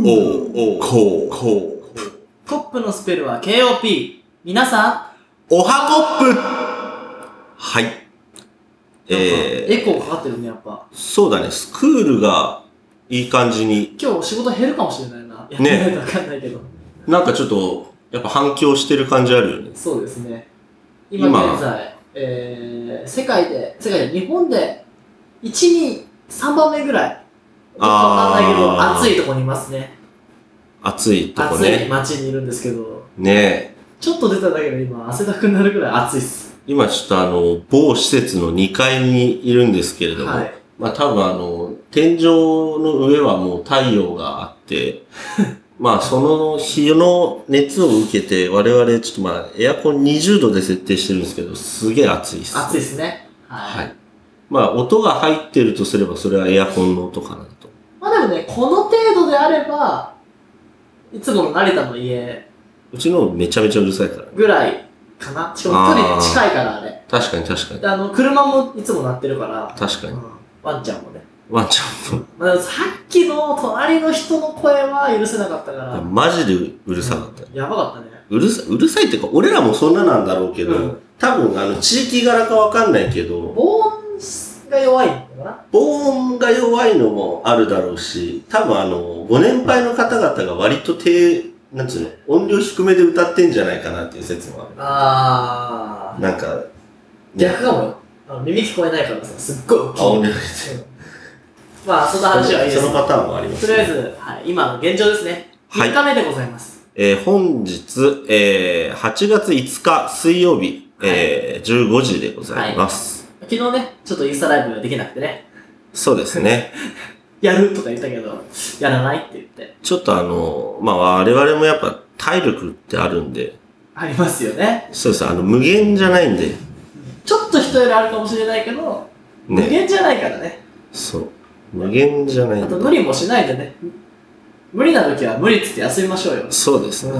コップのスペルは KOP。皆さん、おはコップ。はい。 エコーかかってるね、やっぱ。 そうだね、スクールがいい感じに。 今日仕事減るかもしれないな。やってないとわかんないけど。 なんかちょっと、やっぱ反響してる感じあるよね。 そうですね。今現在、世界で、日本で、1、2、3番目ぐらい。ちょっとわかんないけど、暑いとこにいますね。 暑いとこね。 暑い街にいるんですけど。 ねえ。 ちょっと出ただけで今、汗だくになるぐらい暑いっす。 今ちょっと某施設の2階にいるんですけれども、はい、まあ多分天井の上はもう太陽があって、まあその日の熱を受けて我々ちょっとまあエアコン20度で設定してるんですけど、すげえ暑いです。 暑いですね。 はい。まあ音が入ってるとすればそれはエアコンの音かなと。 まあでもね、この程度であれば、いつもの成田の家、 うちのめちゃめちゃうるさいから。 ぐらいかな。しかも距離ね、近いからあれ。 確かに。 車もいつも鳴ってるから。 確かに。 ワンちゃんもね。 ワンちゃんも。 まあ、さっきの隣の人の声は許せなかったから。 マジでうるさかった。 やばかったね。 うるさいっていうか、俺らもそんななんだろうけど、多分地域柄かわかんないけど、 防音が弱いのかな？ 防音が弱いのもあるだろうし、多分ご年配の方々が割となんつうの、音量低めで歌ってんじゃないかなっていう説もある。なんか、 逆かもよ。耳聞こえないからさ、すっごい大きい。 音量まあ、そんな話はいいです。 そのパターンもあります、 とりあえず、はい、今の現状ですね。3日目でございます。 本日、8月5日水曜日、15時でございます。 昨日ね、ちょっとインスタライブができなくてね。 そうですね。 やるとか言ったけど、やらないって言って。 ちょっとまあ我々もやっぱ体力ってあるんで。 ありますよね。 そうです。無限じゃないんで。 ちょっと人よりあるかもしれないけど、無限じゃないからね。 そう。無限じゃないんで。 あと無理もしないでね。無理な時は無理っつって休みましょうよ。 そうですね。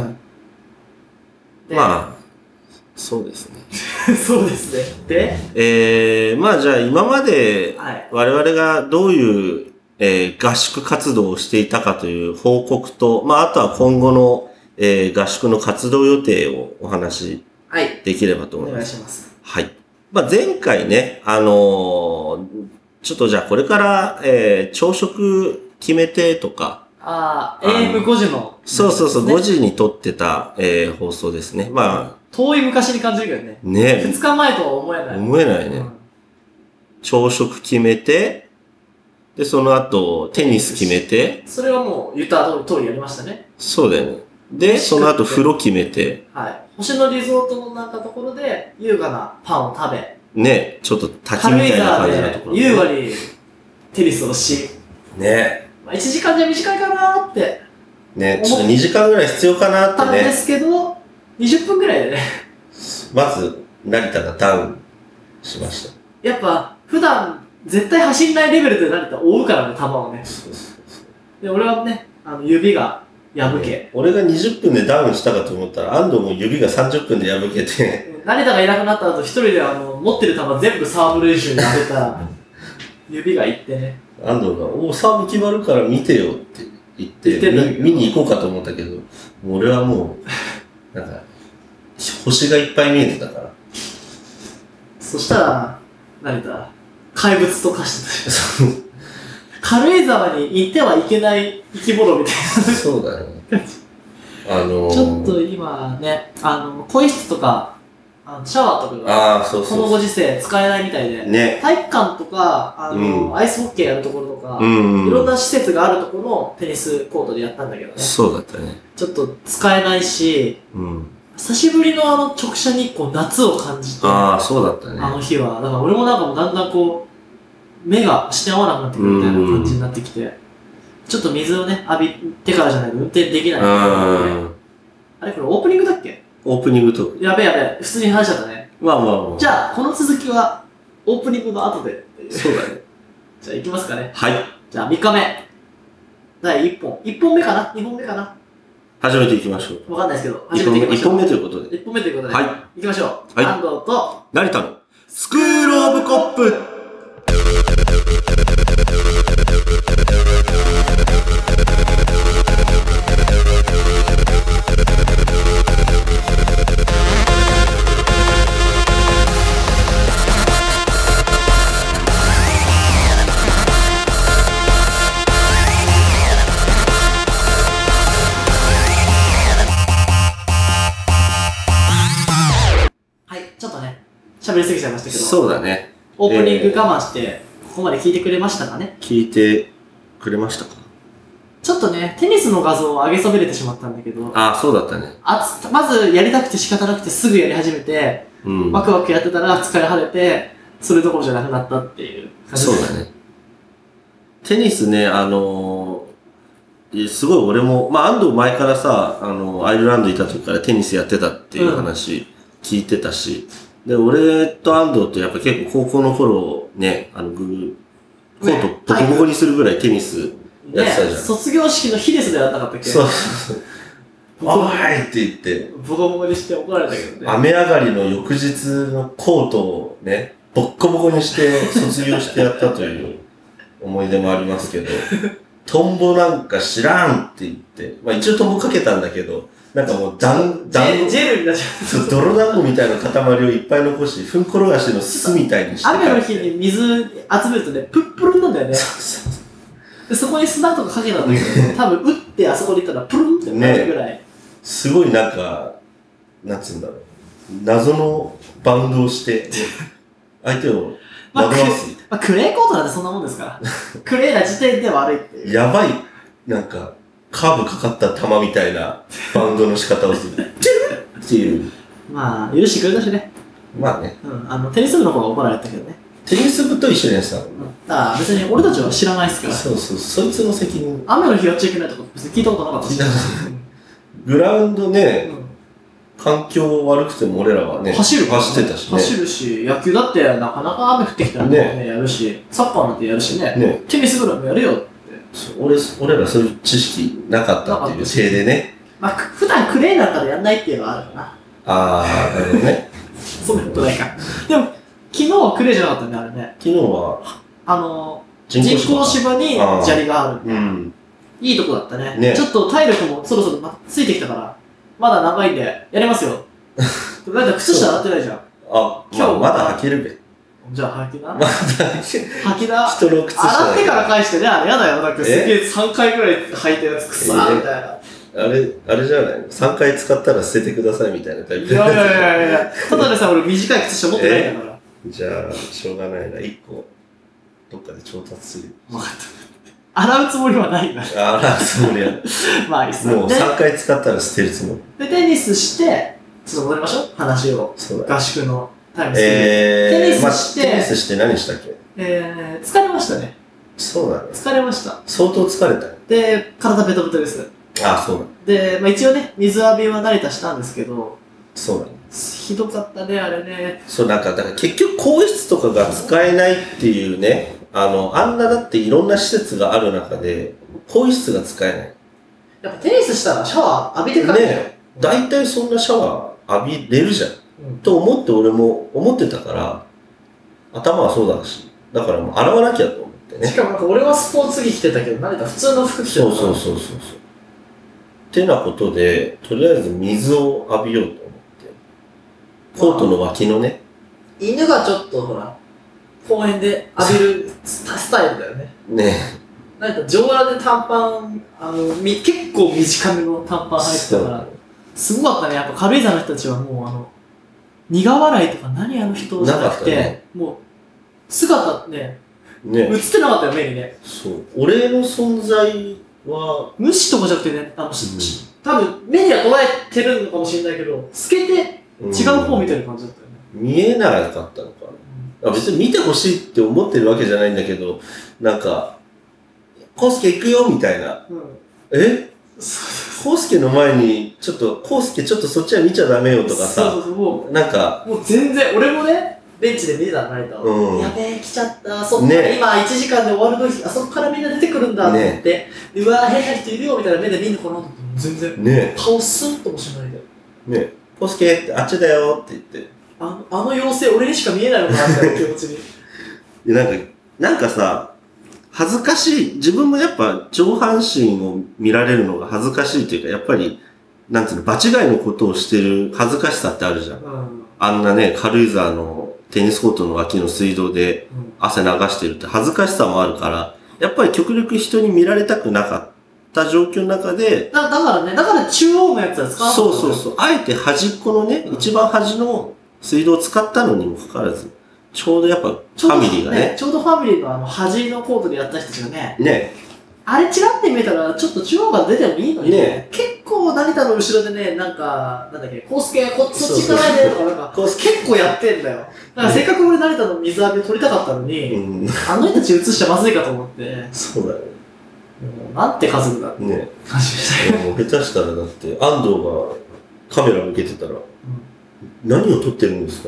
まあ、そうですね。 そうですね。 で、まあじゃあ今まで我々がどういう合宿活動をしていたかという報告と、まああとは今後の合宿の活動予定をお話しできればと思います。 お願いします。 はい。まあ前回ね、ちょっとじゃあこれから、朝食決めてとか、 AM5 時の。 そう、5時に撮ってた、放送ですね。まあ、 遠い昔に感じるけどね。 ね。 2日前とは思えない。 思えないね。朝食決めて、で、その後、テニス決めて。 それはもう言った通りやりましたね。 そうだよね。で、その後風呂決めて。 はい。星野リゾートのなんかところで、優雅なパンを食べ。 ね、ちょっと滝みたいな感じのところ。 優雅にテニスをし。 ね。 1時間じゃ短いかなーって。 ね、ちょっと2時間ぐらい必要かなってね。 たんですけど、20分ぐらいでね。 まず、成田がダウンしました。 やっぱ、普段、絶対走んないレベルで成田追うからね、球をね。で、俺はね、指が破け。 俺が20分でダウンしたかと思ったら、安藤も指が30分で破けて。 成田がいなくなった後、一人で持ってる球全部サーブ練習に当てたら、指がいってね。 安藤が、サーブ決まるから見てよって言って、見に行こうかと思ったけど、俺はもう、なんか、星がいっぱい見えてたから。 そしたら、成田、怪物と化してた。軽井沢に行ってはいけない生き物みたいな。 そうだよね。 ちょっと今ね、更衣室とか、シャワーとかが、このご時世使えないみたいで、 ね、 体育館とか、アイスホッケーやるところとか、いろんな施設があるところのテニスコートでやったんだけどね。 そうだったね。 ちょっと使えないし、久しぶりの直射日光、夏を感じて。 そうだったね。 あの日は。だから俺もなんかもうだんだんこう、目がして合わなくなってくるみたいな感じになってきて、ちょっと水をね、浴びてからじゃないと運転できない。あれこれオープニングだっけ？ オープニングと。 やべえ。普通に話しちゃったね。 まあ。 じゃあ、この続きは、オープニングの後で。 そうだね。 じゃあ行きますかね。 はい。 じゃあ3日目。第1本。1本目かな ?2 本目かな始めていきましょう。 わかんないですけど、始めていきましょう。 1本目ということで。 1本目ということで。 はい。 行きましょう。 はい。 安藤と、 成田のスクールオブコップ。 喋りすぎちゃいましたけど。 そうだね。 オープニング我慢して、ここまで聞いてくれましたかね？ 聞いてくれましたか？ ちょっとね、テニスの画像を上げそびれてしまったんだけど。 あ、そうだったね。 まずやりたくて仕方なくてすぐやり始めて、ワクワクやってたら疲れ果てて、それどころじゃなくなったっていう感じ。 そうだね。テニスね、すごい俺も、安藤前からさ、アイルランドいた時からテニスやってたっていう話聞いてたし、で、俺と安藤とやっぱ結構高校の頃ね、コートボコボコにするぐらいテニスやってたじゃん。 卒業式の日ですでやったかったっけ？ そうそうそう。おーいって言って、 ボコボコにして怒られたけどね。 雨上がりの翌日のコートをね、ボッコボコにして卒業してやったという思い出もありますけど、トンボなんか知らんって言って、一応トンボかけたんだけど、なんかもうジェルになっちゃう。 泥団子みたいな塊をいっぱい残し、ふんころがしの巣みたいにして。 雨の日に水集めるとね、プップルンなんだよね。でそこに砂とかかけたんだけど、多分打ってあそこに行ったらプルンってなるぐらい。ね、 すごいなんか、なんつうんだろう。謎のバウンドをして、相手を惑わす。 クレーコートなんてそんなもんですから。クレーな時点で悪いっていう。 やばい、なんか、カーブかかった球みたいなバウンドの仕方をする。っていう。 まあ、許してくれたしね。 まあね。 テニス部の方が怒られたけどね。 テニス部と一緒にやってたの。 だから別に俺たちは知らないっすから。 そうそう、そいつの責任。 雨の日やっちゃいけないとか別に聞いたことなかったし。 グラウンドね、環境悪くても俺らはね、走ってたしね。 走るし、野球だってなかなか雨降ってきたらね、やるし、サッカーなんてやるしね、テニスぐらいもやるよって。 俺らそういう知識なかったっていうせいでね。 普段クレーなんかでやんないっていうのはあるかな。 あー、なるほどね。 そんなことないか。でも、昨日はクレーじゃなかったね、あれね。 昨日は、 人工芝に砂利がある。 うん。 いいとこだったね。ちょっと体力もそろそろついてきたから、まだ長いんで、やりますよ。だって靴下洗ってないじゃん。 今日まだ履けるべ。 じゃあ履きな。 履きな。 人の靴下。 洗ってから返してね、あれやだよ。なんかすげえ3回ぐらい履いたやつくさーみたいな。 あれじゃないの ?3 回使ったら捨ててくださいみたいなタイプ。 いや。ただでさ、俺短い靴下持ってないんだから。 じゃあ、しょうがないな。1個、どっかで調達する。 分かった。洗うつもりはないんだ。 洗うつもりは。 まあいいっす。 もう3回使ったら捨てるつもり。 で、テニスして、ちょっと戻りましょう。話を。合宿のタイムスケジュール。 テニスして何したっけ？ 疲れましたね。 そうだね。 疲れました。 相当疲れたよ。 で、体ベトベトです。 そうだ。 で、一応ね、水浴びは慣れたしたんですけど、 そうだね。 ひどかったね、あれね。 そう、だから結局、更衣室とかが使えないっていうね、あんなだっていろんな施設がある中で、更衣室が使えない。 やっぱテニスしたらシャワー浴びてからね。大体そんなシャワー浴びれるじゃん。と思って俺も思ってたから、頭はそうだし、だからもう洗わなきゃと思ってね。 しかもなんか俺はスポーツ着着てたけど、何か普通の服着てたから。 そう。ってなことで、とりあえず水を浴びようと思って。コートの脇のね。 犬がちょっとほら、公園で浴びるスタイルだよね。 ね。 なんか上裸で短パン、結構短めの短パン入ってたから、すごかったね。やっぱ軽井沢の人たちはもう苦笑いとか何あの人じゃなくて、もう姿ね、映ってなかったよ、目にね。そう。 俺の存在は、 無視とかじゃなくてね、多分目には捉えてるのかもしれないけど、透けて違う方見てる感じだったよね。 見えなかったのかな。別に見てほしいって思ってるわけじゃないんだけど、なんか、コウスケ行くよみたいな。コウスケの前に、コウスケちょっとそっちは見ちゃダメよとかさ。なんか。 もう全然、俺もね、ベンチで見てたの、成田を。やべえ、来ちゃった。そっか、今1時間で終わる時、あそこからみんな出てくるんだって思って。うわ、変な人いるよみたいな目で見んのかなと思って、全然。顔スンともしないで。 コウスケってあっちだよって言って。 あの妖精、俺にしか見えないのかなみたいな気持ちに。 なんかさ、恥ずかしい。自分もやっぱ上半身を見られるのが恥ずかしいというか、やっぱり、なんつうの、場違いのことをしてる恥ずかしさってあるじゃん。あんなね、軽井沢のテニスコートの脇の水道で汗流してるって恥ずかしさもあるから、やっぱり極力人に見られたくなかった状況の中で、 だから中央のやつは使わなかった。 そう。あえて端っこのね、一番端の水道使ったのにもかかわらず、ちょうどやっぱファミリーがね。 ちょうどファミリーの端のコートでやった人たちがね、 ね。 あれチラって見えたら、ちょっと中央から出てもいいのに、 ね結構成田の後ろでね、なんだっけ、コースケ、そっち行かないでとか、なんか、結構やってんだよ。だからせっかく俺成田の水浴び取りたかったのに、あの人たち映しちゃまずいかと思って。 そうだよ。 もうなんて家族だってね。 感じでしたもう下手したらだって、安藤がカメラ向けてたら、何を撮ってるんですかって。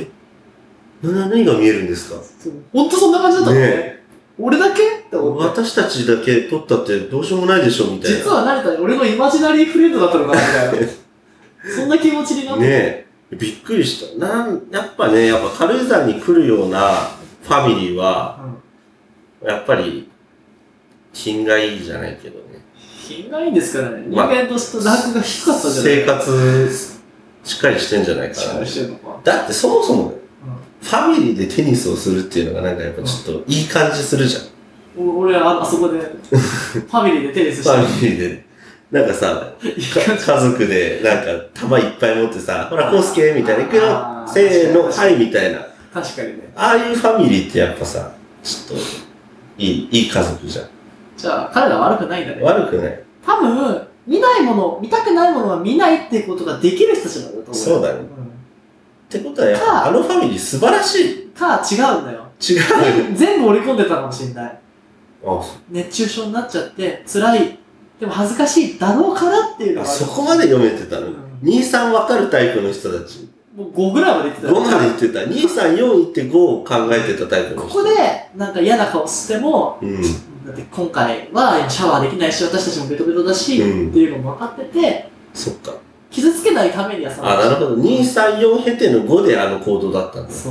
何が見えるんですか。 ほんとそんな感じだったもんね。俺だけって思って。 私たちだけ撮ったってどうしようもないでしょみたいな。 実は成田に俺のイマジナリーフレンドだったのかなみたいな。そんな気持ちになって。 ねえ、びっくりした。やっぱ軽井沢に来るようなファミリーは、やっぱり、品がいいじゃないけどね。 品がいいんですからね。人間としてランクが低かったじゃない生活、しっかりしてんじゃないかな。 しっかりしてるのか。 だってそもそも、ファミリーでテニスをするっていうのがやっぱちょっといい感じするじゃん。 俺あそこで、ファミリーでテニスしてファミリーで。家族で、玉いっぱい持ってさ、ほら、コースケみたいな、行くよ、せーの、はいみたいな。 確かにね。 ああいうファミリーってやっぱさ、ちょっと、いい家族じゃん。 じゃあ、彼らは悪くないんだね。 悪くない。 多分、見たくないものは見ないっていうことができる人たちなんだと思う。 そうだね。ってことはやっぱ、あのファミリー素晴らしい。 違うんだよ。 違う。 全部織り込んでたかもしれない。熱中症になっちゃって、辛い。でも恥ずかしいだろうからっていうのがそこまで読めてたの。2、3分かるタイプの人たち。 もう5ぐらいまで言ってた。 5まで言ってた。2、3、4行って5を考えてたタイプの人。 ここで、嫌な顔しても、だって今回はシャワーできないし、私たちもベトベトだし、っていうのも分かってて、 そっか。 傷つけないためにはさ、 なるほど。2、3、4経ての5であの行動だったんだ。 そう。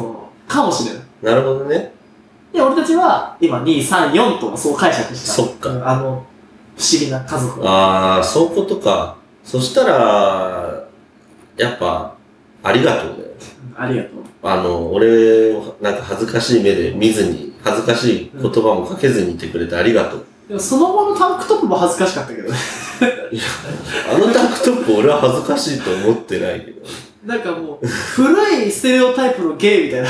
かもしれない。 なるほどね。 で、俺たちは、今、2、3、4とそう解釈した。 そっか。 不思議な家族。 そういうことか。そしたら、やっぱ、ありがとうだよ。 ありがとう。 俺を恥ずかしい目で見ずに、恥ずかしい言葉もかけずにいてくれてありがとう。 でもその後のタンクトップも恥ずかしかったけどね。 いや、タンクトップ俺は恥ずかしいと思ってないけど。 もう、古いステレオタイプのゲイみたいな。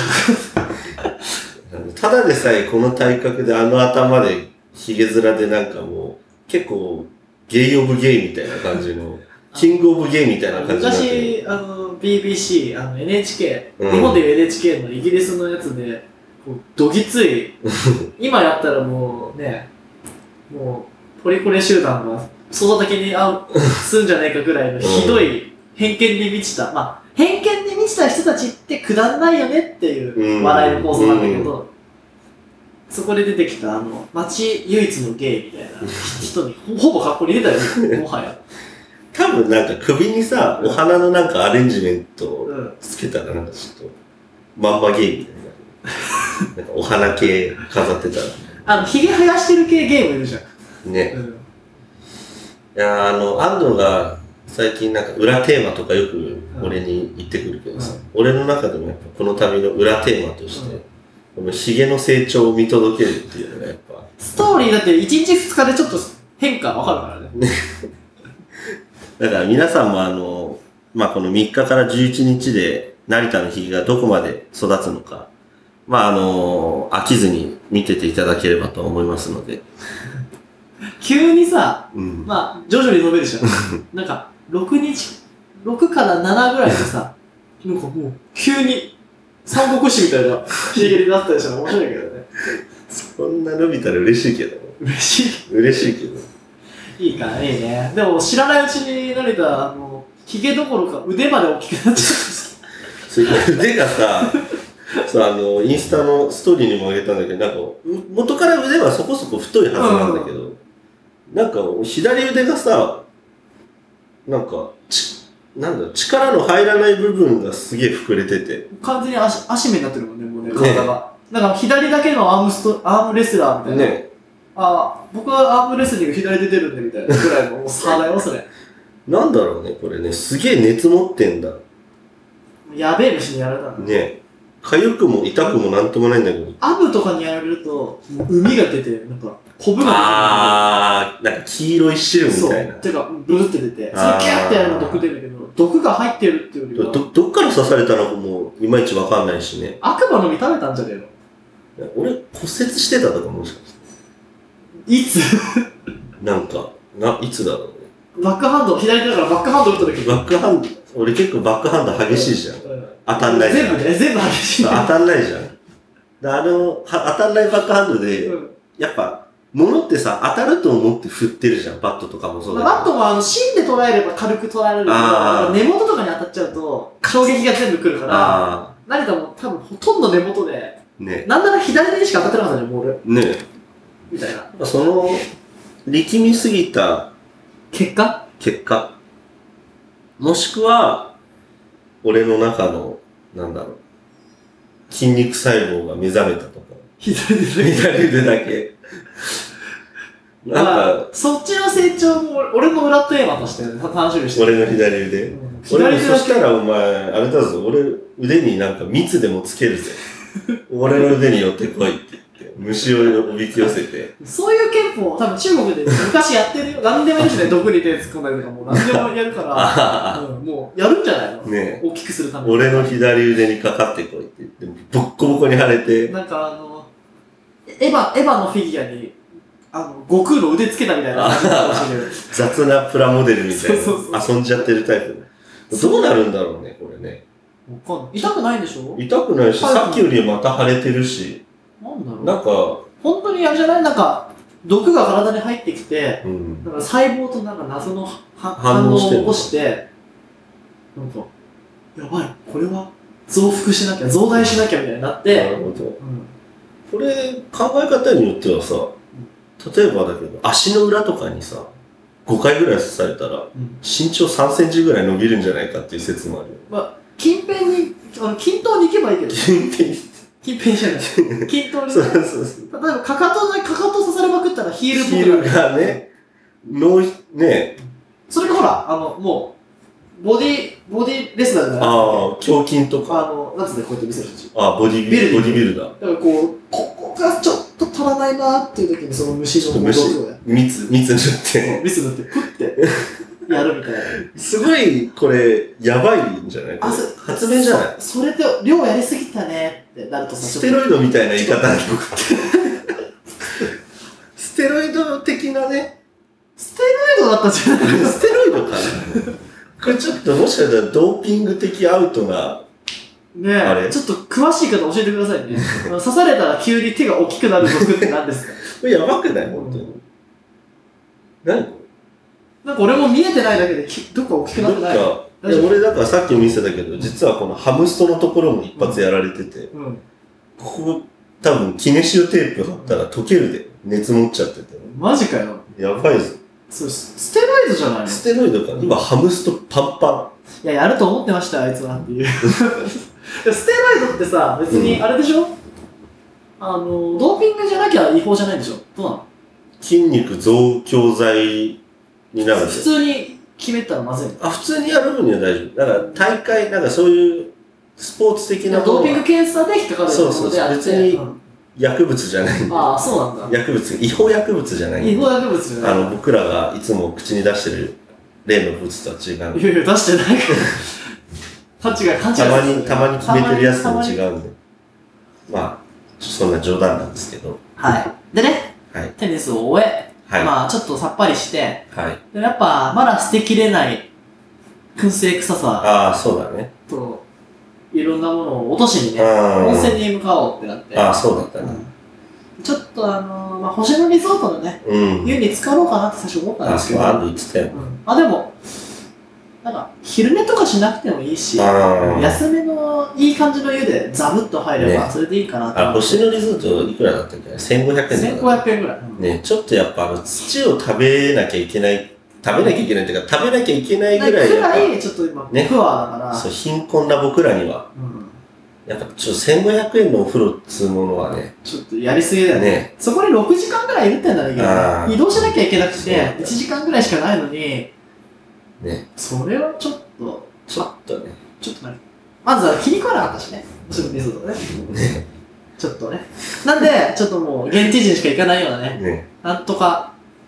ただでさえこの体格で頭でヒゲ面でもう、結構、ゲイオブゲイみたいな感じの、キングオブゲイみたいな感じになってる。 昔、BBC、NHK、日本でいう NHK のイギリスのやつで、どぎつい、今やったらもう、ポリコレ集団が、そだけにすんじゃないかぐらいのひどい偏見に満ちた、偏見に満ちた人たちってくだんないよねっていう笑いの構想なんだけど、そこで出てきた街唯一のゲイみたいな人にほぼ格好に出たよね、もはや。 多分首にさ、お花のアレンジメントをつけたらちょっと、まんまゲイみたいな。お花系飾ってたら。髭生やしてる系ゲイもいるじゃん。 ね。いや安藤が最近裏テーマとかよく俺に言ってくるけどさ、俺の中でもやっぱこの旅の裏テーマとして、ヒゲの成長を見届けるっていうのがやっぱ。 ストーリーだって1日2日でちょっと変化わかるからね。 だから皆さんもこの3日から11日で成田のヒゲがどこまで育つのか、飽きずに見てていただければと思いますので。 急にさ、徐々に伸びるじゃん。6から7ぐらいでさ、もう、急に、三国志みたいなヒゲになったりしたら面白いけどね。 そんな伸びたら嬉しいけど。嬉しいけど。 いいか、いいね。でも知らないうちに成田、ヒゲどころか腕まで大きくなっちゃう。腕がさ、インスタのストーリーにもあげたんだけど、元から腕はそこそこ太いはずなんだけど、左腕がさ、力の入らない部分がすげえ膨れてて。 完全に足目になってるもんね、もうね、体が。左だけのアームレスラーみたいな。ね。僕はアームレスリング左で出るんでみたいなぐらいの差だよ、それ。 なんだろうね、これね。すげえ熱持ってんだ。 やべえ虫にやられたんだ。 ね。痒くも痛くもなんともないんだけど。 アブとかにやられると、海が出て、コブがなんか黄色い汁みたいな。 てか、ブルって出て、それキャーってやるの毒出るけど、毒が入ってるっていうよりは。 どっから刺されたのかもいまいちわかんないしね。 悪魔の実食べたんじゃねえの？ 俺骨折してたとかもしかして。 いつなんか、いつだろうね。 バックハンド、左手だからバックハンド打った時。 バックハンド、俺結構バックハンド激しいじゃん。当たんないじゃん。 全部激しい。 当たんないじゃん。で当たんないバックハンドで、やっぱ、物ってさ、当たると思って振ってるじゃん。バットとかもそうだけど。 バットも芯で捉えれば軽く捉えられるけど、根元とかに当たっちゃうと、衝撃が全部来るから、成田も多分ほとんど根元で、 ね。 なんなら左手にしか当たってなかったじゃん、ボール。 ね。 みたいな。 その、力みすぎた結果もしくは、俺の中の、なんだろう、筋肉細胞が目覚めたとか。 左腕だけ。なんか、 そっちの成長も俺の裏テーマとして楽しみにしてる。俺の左腕。俺もそしたらお前、あれだぞ、俺腕になんか蜜でもつけるぜ。俺の腕に寄ってこいって言って、虫をおびき寄せて。 そういう憲法、多分中国で昔やってるよ。何でもいいしね、毒に手突っ込んだりとかもう何でもやるから、もうやるんじゃないの？ ね大きくするために。 俺の左腕にかかってこいって言って、ボッコボコに腫れて。 なんかエヴァのフィギュアに、悟空の腕つけたみたいな感じかもしれない。 雑なプラモデルみたいな。遊んじゃってるタイプ。どうなるんだろうね、これね。 わかんない。痛くないんでしょ？ 痛くないし、さっきよりまた腫れてるし。 なんだろう。 なんか、 本当にあれじゃない？なんか、毒が体に入ってきて、なんか細胞となんか謎の反応を起こして、なんか、やばい、これは増幅しなきゃ、増大しなきゃみたいになって、 なるほど。これ、考え方によってはさ、例えばだけど、足の裏とかにさ、5回ぐらい刺されたら、身長3センチぐらい伸びるんじゃないかっていう説もあるよ。 まあ、近辺に、均等に行けばいいけど。近辺じゃない。均等に。そう。例えば、かかと刺されまくったらヒールっぽくなる。 ヒールがね、ね。 それがほら、もう、ボディレスラーじゃない。 胸筋とか。 なんつってこうやって見せる人。 ボディビルダー。 だからここがちょっと足らないなっていう時にその虫の蜜塗って。 蜜塗って、プッてやるみたいな。 すごい、これ、やばいんじゃない？発明じゃない？ それで、量やりすぎたねってなるとさ、 ステロイドみたいな言い方にステロイド的なね。 ステロイドだったじゃない？ ステロイドかなこれちょっともしかしたらドーピング的アウトな。 ねえ、ちょっと詳しい方教えてくださいね。刺されたら急に手が大きくなる毒って何ですか？ これやばくない？本当に。何これ？ なんか俺も見えてないだけでどっか大きくなってない？ 俺だからさっき見せたけど、実はこのハムストのところも一発やられてて、ここ多分キネシオテープ貼ったら溶けるで、熱持っちゃってて。 マジかよ。 やばいぞ。 そう、ステロイドじゃないの？ ステロイドか。今ハムストパンパン。いや、やると思ってましたよ、あいつはっていう。ステロイドってさ、別にあれでしょ？ドーピングじゃなきゃ違法じゃないでしょ？どうなの？ 筋肉増強剤になるんで。 普通に決めたらまずいの？ 普通にやる分には大丈夫。だから大会、なんかそういうスポーツ的なドーピング検査で引っかかるものであって。 別に薬物じゃないんで。 ああ、そうなんだ。 違法薬物じゃないんで。 違法薬物じゃない。 僕らがいつも口に出してる例の物とは違う。 いやいや、出してないから。勘違い。 たまに決めてるやつとも違うんで。まあ、そんな冗談なんですけど。 はい。でね、テニスを終え、まあちょっとさっぱりして、でやっぱまだ捨てきれない燻製臭さそうだね。 と、いろんなものを落としにね、温泉に向かおうってなって。 そうだったね。 ちょっと星野リゾートのね、湯に浸かろうかなって最初思ったんですけど。 言ってたよ。 でも、なんか、昼寝とかしなくてもいいし、安めのいい感じの湯でザブッと入れば、それでいいかなと。 星野リゾートいくらだったっけ？ 1500 円だった。 1500円ぐらい。 ね、ちょっとやっぱ土を食べなきゃいけないっていうか、食べなきゃいけないぐらい。 くらい、ちょっと今、ね、プアだから。 そう、貧困な僕らには。やっぱちょっと1500円のお風呂っつうものはね。 ちょっとやりすぎだよね。そこに6時間ぐらいいるってんだけど、移動しなきゃいけなくて、1時間ぐらいしかないのに、 ね。 それはちょっと。 ちょっとね。まずは気に食わなかったしね。星野リゾートね。ちょっとね。なんで、ちょっともう、現地人しか行かないようなね。なんとか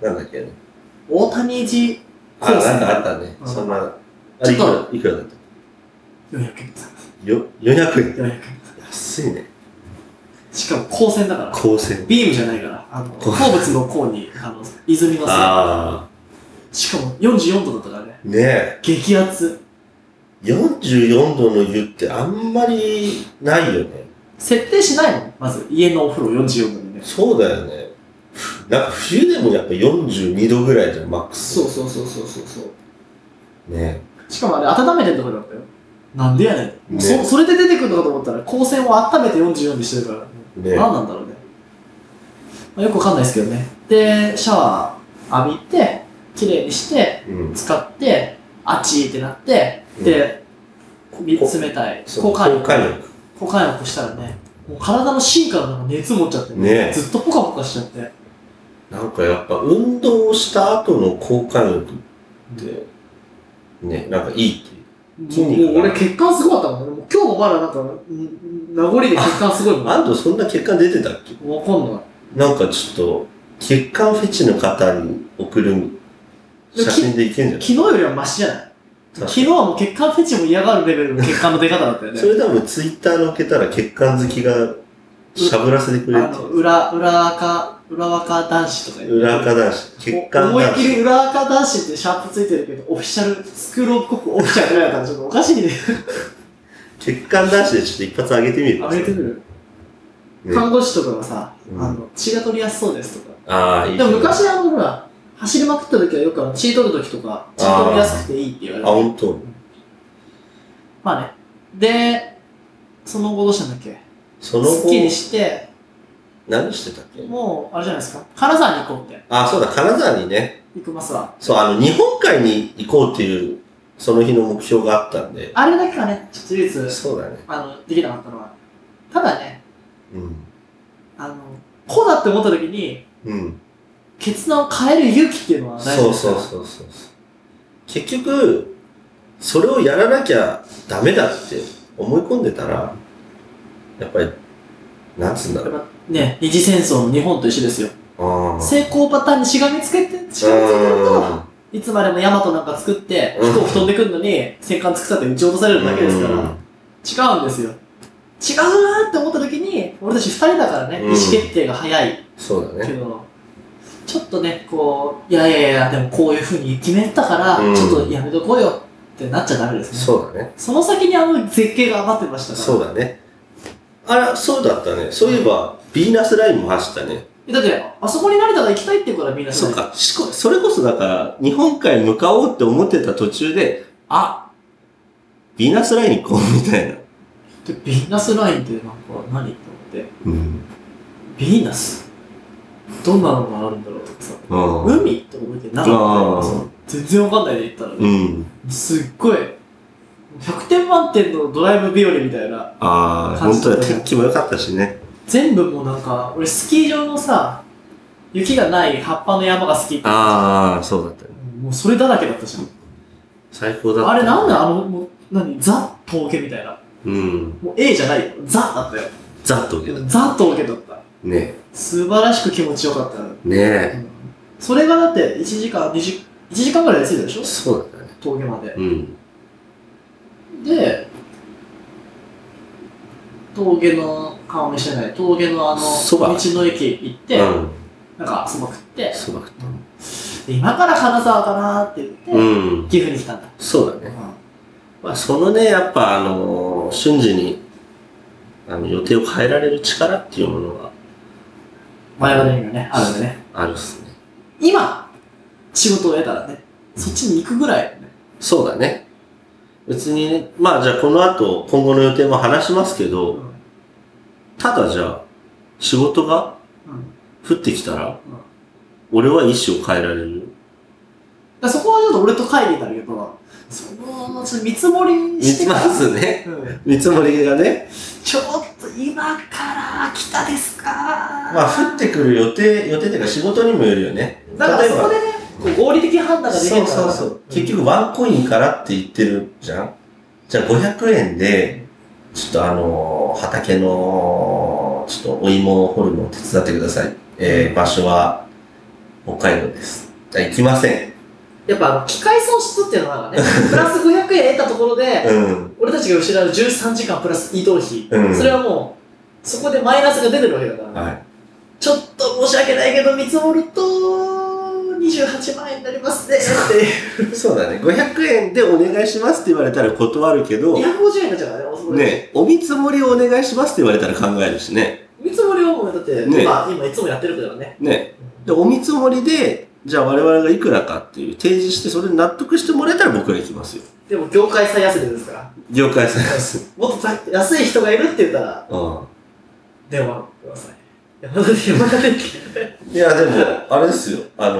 なんだっけね。 大谷寺コース。 なんかあったね。そんな。あれいくらだった ?400 円。 400円。 400円。 安いね。 しかも光線だから。 光線。 ビームじゃないから。鉱物の鉱に、泉のせい。しかも44度だったからね。 ねえ。 激熱。 44度の湯ってあんまりないよね。設定しないのまず、家のお風呂44度にね。 そうだよね。なんか冬でもやっぱ42度ぐらいじゃん、マックス。 そう。 ねしかもあれ、温めてるところだったよ。なんでやねん。ね、それで出てくるのかと思ったら、光線を温めて44にしてるから。ね、何なんだろうね。まあ、よくわかんないですけどね。で、シャワー浴びて、綺麗にして、使って、あっちーってなって、で、冷たい。交換浴したらね、もう体の芯からなんか熱持っちゃってね、ずっとポカポカしちゃって。 なんかやっぱ運動した後の交換浴って、ね、なんかいいってもう俺血管すごかったもんね。今日もまだなんか、名残で血管すごいもん。 あんたそんな血管出てたっけ？ わかんない。 なんかちょっと、血管フェチの方に送る写真でいけんじゃない？ 昨日よりはマシじゃない？昨日はもう血管フェチも嫌がるレベルの血管の出方だったよね。 それ多分ツイッター載っけたら血管好きがしゃぶらせてくれるっていう。裏若男子とか言う。裏若男子。血管男子。 思いっきり裏若男子ってシャープついてるけど、オフィシャル、スクールオブコックオフィシャルぐらいだったらちょっとおかしいね。 血管男子でちょっと一発上げてみる。 上げてみる、ね、看護師とかがさ、血が取りやすそうですとか。でも昔ほら、走りまくった時はよく血取る時とか、血取りやすくていいって言われて。 本当。 まあね。で、その後どうしたんだっけ？スッキリして、 何してたっけ？ もう、あれじゃないですか。金沢に行こうって。 そうだ、金沢にね。 行きますわ。 そう、日本海に行こうっていう、その日の目標があったんで。 あれだけかね、ちょっと唯一、 そうだね。 できなかったのは。ただね、こうだって思った時に、決断を変える勇気っていうのは大事ですから。そう。結局、それをやらなきゃダメだって思い込んでたら、やっぱり、なんつうんだろう。 ね、二次戦争の日本と一緒ですよ。成功パターンにしがみつけてると、いつまでもヤマトなんか作って、飛行機飛んでくるのに、戦艦作ったって撃ち落とされるだけですから、違うんですよ。違うなって思った時に、俺たち二人だからね、意思決定が早い。 そうだね。 けど、ちょっとね、こう、いや、でもこういう風に決めたから、ちょっとやめとこうよってなっちゃダメですね。そうだね。その先に絶景が余ってましたから。そうだね。そうだったね。そういえば、ヴィーナスラインも走ったね。だって、あそこに成田が行きたいっていうからヴィーナスライン。そうか。それこそだから、日本海に向かおうって思ってた途中で、ヴィーナスライン行こうみたいな。で、ヴィーナスラインってなんか何って思って。ヴィーナスどんなのがあるんだろうとかさ。海って思ってなかったよ。全然わかんないで行ったらね。すっごい。100点満点のドライブ日和みたいな感じ。本当だ、天気も良かったしね。全部もうなんか、俺スキー場のさ、雪がない葉っぱの山が好きって。そうだったね。もうそれだらけだったじゃん。最高だった。あれなんだもう、ザ峠みたいな。もう A じゃないよ。ザだったよ。ザ峠だった。ザ峠だった。ね。素晴らしく気持ちよかった。ね。それがだって1時間ぐらいで着いたでしょ？そうだったね。峠まで。で、峠の顔見してない、峠の道の駅行って、なんかそば食って、今から金沢かなって言って、岐阜に来たんだ。そうだね。まあそのね、やっぱ瞬時に予定を変えられる力っていうものが、我々にはね、あるんでね。あるっすね。今、仕事を得たらね、そっちに行くぐらい、ね。そうだね。別にね、まあじゃあこの後、今後の予定も話しますけど、ただじゃあ、仕事が降ってきたら、俺は意思を変えられる。そこはちょっと俺と会議になるけど、その、見積もりしてから。まずね、見積もりがね。ちょっと今から来たですか。まあ降ってくる予定っていうか仕事にもよるよね。だからそこでね、合理的判断ができるから。そう。結局ワンコインからって言ってるじゃん。じゃあ500円で、ちょっと畑の、ちょっとお芋を掘るのを手伝ってください。場所は、 北海道です。行きません。 やっぱ機械損失っていうのがね、プラス500円得たところで、俺たちが失う13時間プラス移動費、それはもう、そこでマイナスが出てるわけだから、ちょっと申し訳ないけど見積もると、28万円になりますねっていう。 そうだね。500円でお願いしますって言われたら断るけど、 250円になっちゃうからね、 ね、お見積もりをお願いしますって言われたら考えるしね。 見積もりをもうだって、ね、今いつもやってるからね。 ね。で、お見積もりで、じゃあ我々がいくらかっていう提示して、それで納得してもらえたら僕ら行きますよ。 でも業界最安値ですから。 業界最安値。 もっと安い人がいるって言ったら、電話ください。 いや、でも、あれですよ。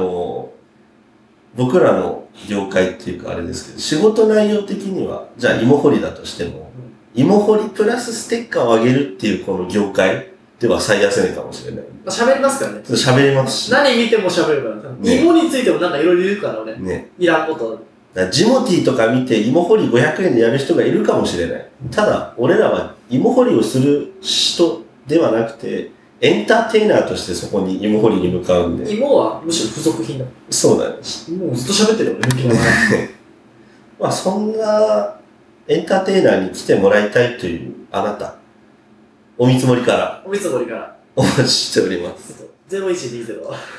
僕らの業界っていうかあれですけど、仕事内容的には、じゃあ芋掘りだとしても、芋掘りプラスステッカーをあげるっていうこの業界では最安値かもしれない。 喋りますからね。 喋りますし。 何見ても喋るから。ね、芋についてもなんかいろいろ言うから俺。 ね。 いらんこと。 ジモティーとか見て芋掘り500円でやる人がいるかもしれない。ただ、俺らは芋掘りをする人ではなくて、エンターテイナーとしてそこに芋掘りに向かうんで。 芋はむしろ付属品だ。 そうだね。 もうずっと喋ってるよね、 まあそんなエンターテイナーに来てもらいたいというあなた、お見積もりから。 お見積もりから。 お待ちしております。 0120。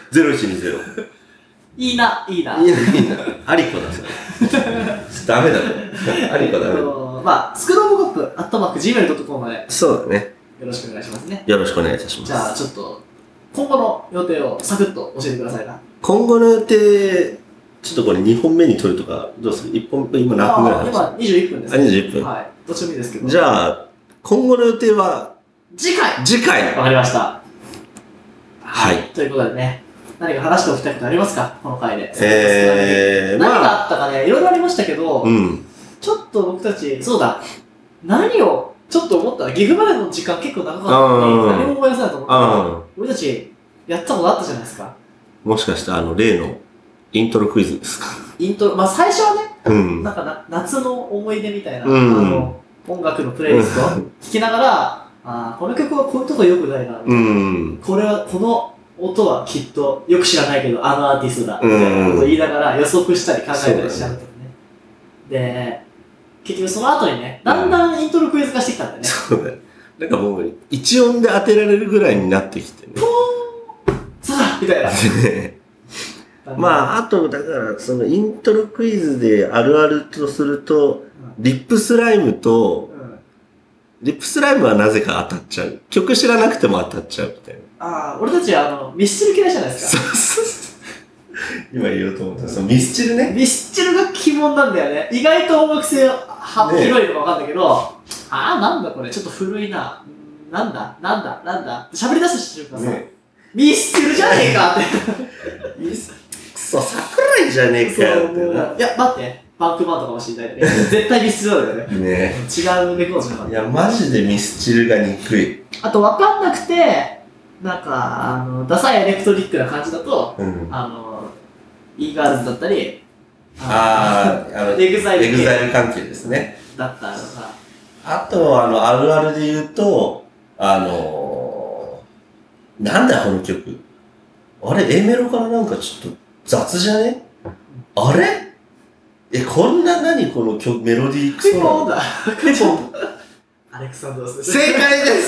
0120。 いいな。 いいな。アリコだ、それ。ダメだね。アリコダメだ。 まあ、スクロールコップ、@gmail.com まで。 そうだね。 よろしくお願いしますね。 よろしくお願いいたします。 じゃあ、ちょっと、今後の予定をサクッと教えてくださいな。 今後の予定、ちょっとこれ2本目に撮るとか、どうする ?1 本目、今何分ぐらい今21分です、 ね。21分。 はい。どっちもいいですけど。 じゃあ、今後の予定は、 次回わかりました。 はい。 ということでね、何か話しておきたいことありますかこの回で。何があったかね、いろいろありましたけど、ちょっと僕たち、そうだ、何を、ちょっと思ったら、岐阜までの時間結構長かったのに、何も思い出せないと思ったら、俺たち、やったことあったじゃないですか。 もしかして例の、イントロクイズですか？ まあ最初はね、なんか夏の思い出みたいな、音楽のプレイリストを聴きながら、この曲はこういうとこ良くないな、この音はきっとよく知らないけど、あのアーティストだ、みたいなことを言いながら予測したり考えたりしちゃうとね。で、結局その後にね、だんだんイントロクイズ化してきたんだよね。 そうだよ。なんかもう、一音で当てられるぐらいになってきてね。 ポーンそうだみたいな。 まあ、あと、だから、そのイントロクイズであるあるとすると、リップスライムと、リップスライムはなぜか当たっちゃう。曲知らなくても当たっちゃうみたいな。 俺たちミスチル嫌いじゃないですか。 今言おうと思った。そのミスチルね。 ミスチルが鬼門なんだよね。意外と音楽性広いのかわかんないけど、なんだこれ、ちょっと古いな。なんだ喋り出す瞬間さ、ミスチルじゃねえかって。 そう、桜井じゃねえかよってな。 いや、待って。バンクバンドかもしれないね。絶対ミスチルだよね。違うレコードじゃなかった。 いや、マジでミスチルが憎い。 あと、わかんなくて、なんか、ダサいエレクトリックな感じだと、E ガールズだったり、 エグザイル関係ですね。 だったのが。 あと、あるあるで言うと、なんだこの曲。あれ、A メロからなんかちょっと雑じゃね？あれ？こんなこの曲、メロディークソなの？ クリポンアレクサンドロスです。 正解です！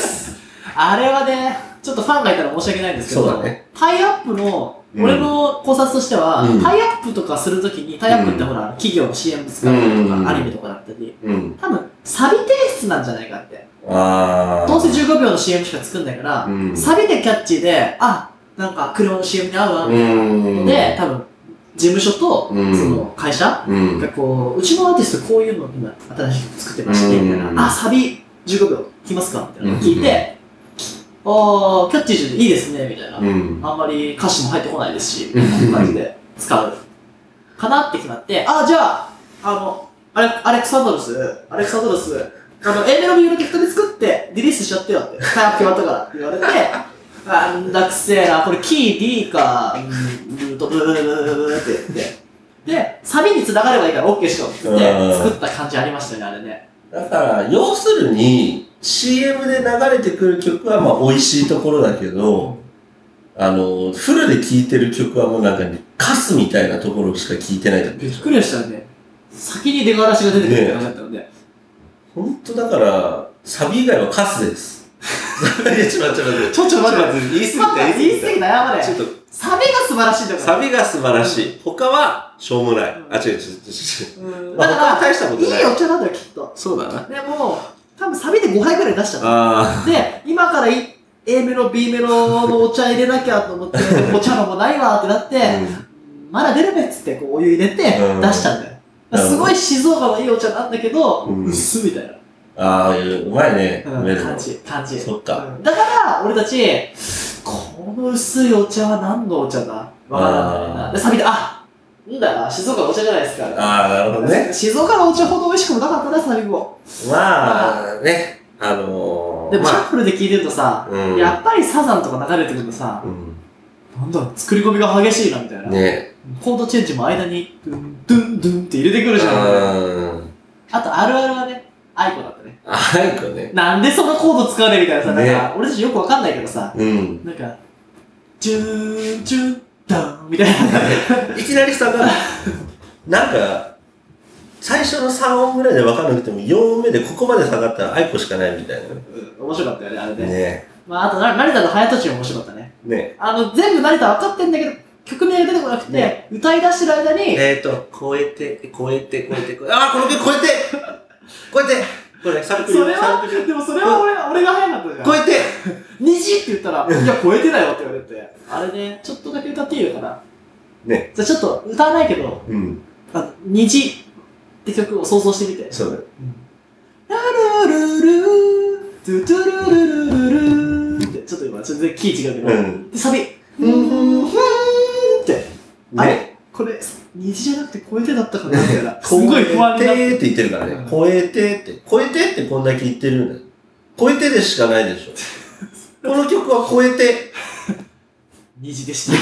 あれはね、ちょっとファンがいたら申し訳ないんですけど、 そうだね。 タイアップの、俺の考察としては、タイアップとかするときに、タイアップってほら、企業の CM 使ったりとか、アニメとかだったり、多分、サビ提出なんじゃないかって。どうせ15秒の CM しか作んないから、サビでキャッチーで、なんか車の CM に合うな、みたいなので、多分、事務所と、その会社がこう、うちのアーティストこういうの今、新しく作ってまして、みたいな。サビ15秒、来ますかみたいなのを聞いて、キャッチーでいいですね、みたいな。あんまり歌詞も入ってこないですし、みたいな感じで使う。かなって決まって、じゃあ、アレクサンドロス、A メロ B メロ適当に作ってリリースしちゃってよって、タイアップ決まったからって言われて、なんだくせえな、これキー D か、ブーとブーって言って、で、サビに繋がればいいから OK しようって言って作った感じありましたよね、あれね。 だから、要するに、CM で流れてくる曲はまあ美味しいところだけど、 フルで聴いてる曲はもうなんかね、カスみたいなところしか聴いてないじゃん。 びっくりしたね。先に出がらしが出てくるってなかったので。 ほんとだから、サビ以外はカスです。いや、ちょっと待って。 ちょっと待って。 言い過ぎた。 謝れ。 ちょっと。 サビが素晴らしいんだから。 サビが素晴らしい。他は、しょうもない。あ、違う。 だから、 大したことない。 いいお茶なんだよ、きっと。 そうだな。 でも、多分サビで5杯ぐらい出しちゃった。で、今からA メロ、B メロのお茶入れなきゃと思って、お茶のもないわってなって、まだ出るべっつってこうお湯入れて出しちゃうんだよ。すごい静岡のいいお茶なんだけど、薄みたいな。 ああ、うまいね。 感じ。 そっか。 だから、俺たち、この薄いお茶は何のお茶だわからないな。で、サビで、なんだ、静岡のお茶じゃないですか。 ああ、なるほどね。 静岡のお茶ほど美味しくもなかったな、サビも。 まあ、ね。 でも、シャッフルで聴いてるとさ、やっぱりサザンとか流れてくるとさ、なんだ、作り込みが激しいな、みたいな。 ね。 コードチェンジも間に、ドゥンドゥンって入れてくるじゃん。あと、あるあるはね、アイコだったね。 アイコね。 なんでそのコード使うねみたいなさ、なんか、俺たちよくわかんないけどさ、なんか、チューン、チューン、ダンみたいな。 いきなりさ、なんか、最初の3音ぐらいで分かんなくても、4音目でここまで下がったらアイコしかないみたいな。 面白かったよね、あれね。 ね。 まあ、あと、成田の早とちりも面白かったね。 ね。 全部成田分かってんだけど、曲名が出てこなくて、歌い出してる間に、 超えて、この曲超えてこれ、サブクリそれは、でもそれは俺が早かったじゃん。 超えて虹って言ったら、いや、超えてないよって言われて、あれね、ちょっとだけ歌っていいのかな。 ね。 じゃあちょっと歌わないけど、虹って曲を想像してみて。 そうだよ。 ラルルルー、トゥトゥルルルルルーって、ちょっと今、全然キー違うけど、で、サビ、ふんって、あれこれ、虹じゃなくて超えてだったかなみたいな。すごい不安になって。 超えてって言ってるからね。超えてってこんだけ言ってるんだよ。超えてでしかないでしょ。この曲は超えて。 虹でした。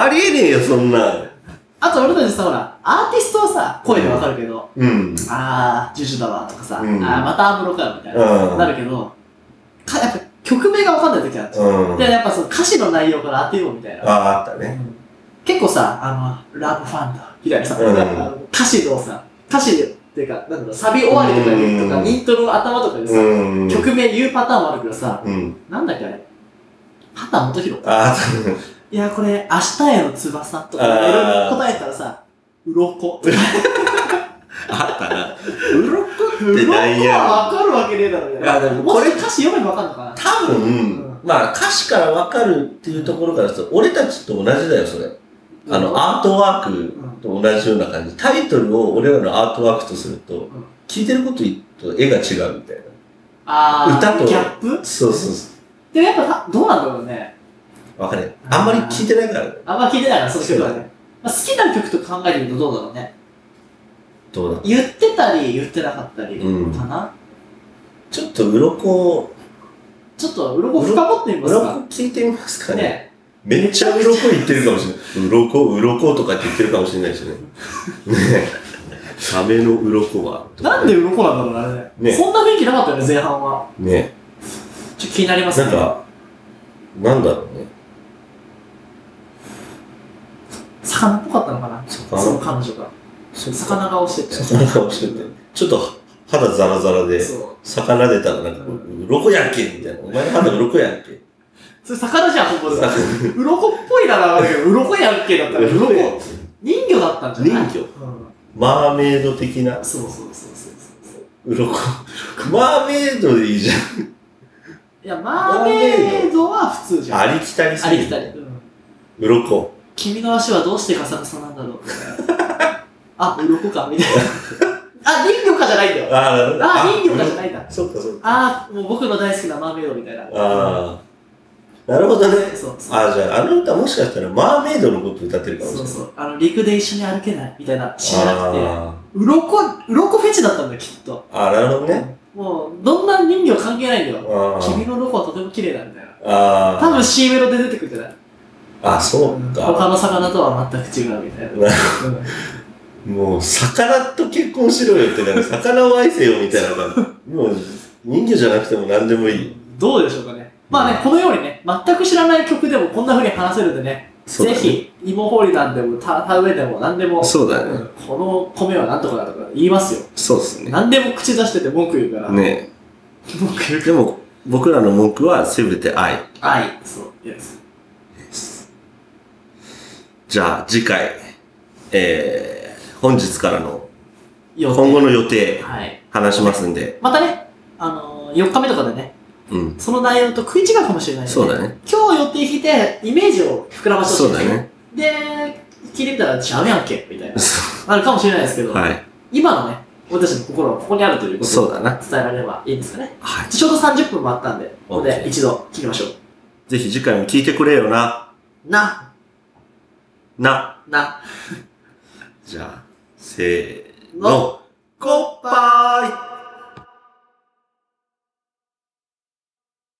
ありえねえよ、そんな。 あと俺たちさ、ほら、アーティストはさ、声でわかるけど、ジュジュだわとかさ、またアムロかみたいな、なるけど、やっぱ曲名がわかんない時ある。で、やっぱその歌詞の内容から当てようみたいな。 あったね。 結構さ、ラブファンだみたいなさ、歌詞のさ、っていうか、なんだろう、サビ終わりとかにとか、イントロの頭とかでさ、曲名言うパターンもあるけどさ、なんだっけあれ、畑元博か。いや、これ、明日への翼とか、いろいろ答えたらさ、鱗。 あったな。鱗って何やはわかるわけねえだろ、みたいな。もし歌詞読めばわかるのかな多分、まあ歌詞からわかるっていうところからすると、俺たちと同じだよ、それ。アートワークと同じような感じ。タイトルを俺らのアートワークとすると、聴いてることと絵が違うみたいな。歌と。 ギャップそう。 でもやっぱ、どうなんだろうね。 わかんない。あんまり聴いてないからね。 あんまり聴いてないから、その曲はね。好きな曲と考えてみるとどうだろうね。 どうだ言ってたり、言ってなかったり、かな。 ちょっと鱗深掘ってみますか。 鱗聞いてみますかね。めっちゃ鱗言ってるかもしれない。鱗とかって言ってるかもしれないしね。ねサメの鱗は。 なんで鱗なんだろうな、あれね。そんな雰囲気なかったよね、前半は。 ね。 ちょっと気になりますね。 なんだろうね。 魚っぽかったのかな、その彼女が。魚顔してて。 ちょっと肌ザラザラで、魚出たらなんか、鱗やんけみたいな。お前の肌鱗やんけ。 それ魚じゃん、ほんとで。鱗っぽいなら、鱗やんけだったら、鱗。人魚だったんじゃない？ 人魚。マーメイド的な。 そう。 鱗。マーメイドでいいじゃん。 いや、マーメイドは普通じゃん。 ありきたりすぎる。鱗。 君の足はどうしてガサガサなんだろう。鱗かみたいな。人魚かじゃないんだよ。人魚かじゃないんだ。 そっか。 もう僕の大好きなマーメイドみたいな。 なるほどね。 そう。 じゃあ、あの歌もしかしたらマーメイドのこと歌ってるかもしれない。 そう。陸で一緒に歩けないみたいな詩じゃなくて、鱗フェチだったんだよ、きっと。 なるほどね。 もう、どんな人魚関係ないんだよ。君の鱗はとても綺麗だみたいな。多分 C メロで出てくるんじゃない？ そうか。 他の魚とは全く違うみたいな。 もう、魚と結婚しろよって、魚を愛せよみたいな感じ。もう、人魚じゃなくても何でもいい。 どうでしょうかね。 まあね、このようにね、全く知らない曲でもこんな風に話せるんでね、 そうだねぜひ、芋掘りなんでも、田植えでも何でも、 そうだねんこの米はなんとかだとか言いますよ。 そうですね。 何でも口出してて文句言うから。 ね文句言うでも、僕らの文句はすべて愛。 愛。そう、yes。 じゃあ、次回、本日からの今今後の予定、 はい。 話しますんで。 またね、4日目とかでね、 うん。 その内容と食い違うかもしれないんで、 そうだね。 今日予定引いて、イメージを膨らませてほしいんですよ。 そうだね。 で、聞いてみたら、ちゃうやんけ、みたいな。あるかもしれないですけど、 はい。 今のね、俺たちの心はここにあるということをそうだな。 伝えられればいいんですかね。 はい。 ちょうど30分もあったんで、ここで OK 一度聞きましょぜひ次回も聞いてくれよな。 う。な。 な。 な。 じゃあ、せーの。 5